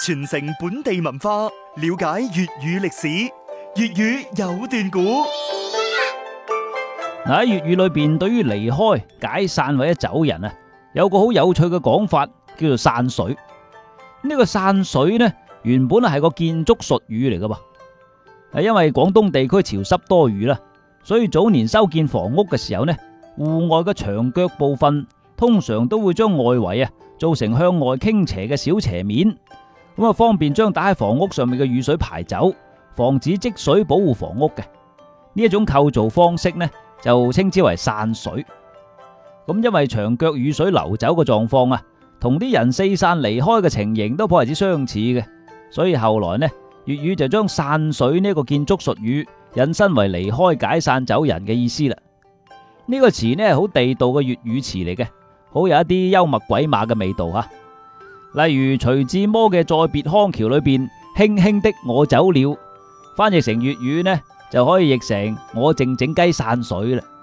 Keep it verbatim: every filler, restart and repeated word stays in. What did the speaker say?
傳承本地文化，了解粵語歷史。粵語有段古。 嗱，喺粵語裏邊，對於離開、解散或者走人啊，有個好有趣嘅講法，叫做散水。呢個散水呢，原本係個建築術語嚟噶噃。係因為廣東地區潮濕多雨啦，所以早年修建房屋嘅時候呢，戶外嘅牆腳部分通常都會將外圍啊做成向外傾斜嘅小斜面，咁啊方便將打喺房屋上面嘅雨水排走，防止積水，保護房屋嘅。呢一種構造方式呢，就稱之為散水。咁因為牆腳雨水流走嘅狀況啊，同啲人四散離開嘅情形都頗為之相似嘅，所以後來呢，粵語就將散水呢個建築術語引申為離開、解散、走人嘅意思啦。呢個詞呢係好地道嘅粵語詞嚟嘅，好有一啲幽默鬼馬嘅味道吓。例如徐志摩嘅《再別康橋》裏邊，輕輕的我走了，翻譯成粵語呢就可以譯成我靜靜雞散水啦。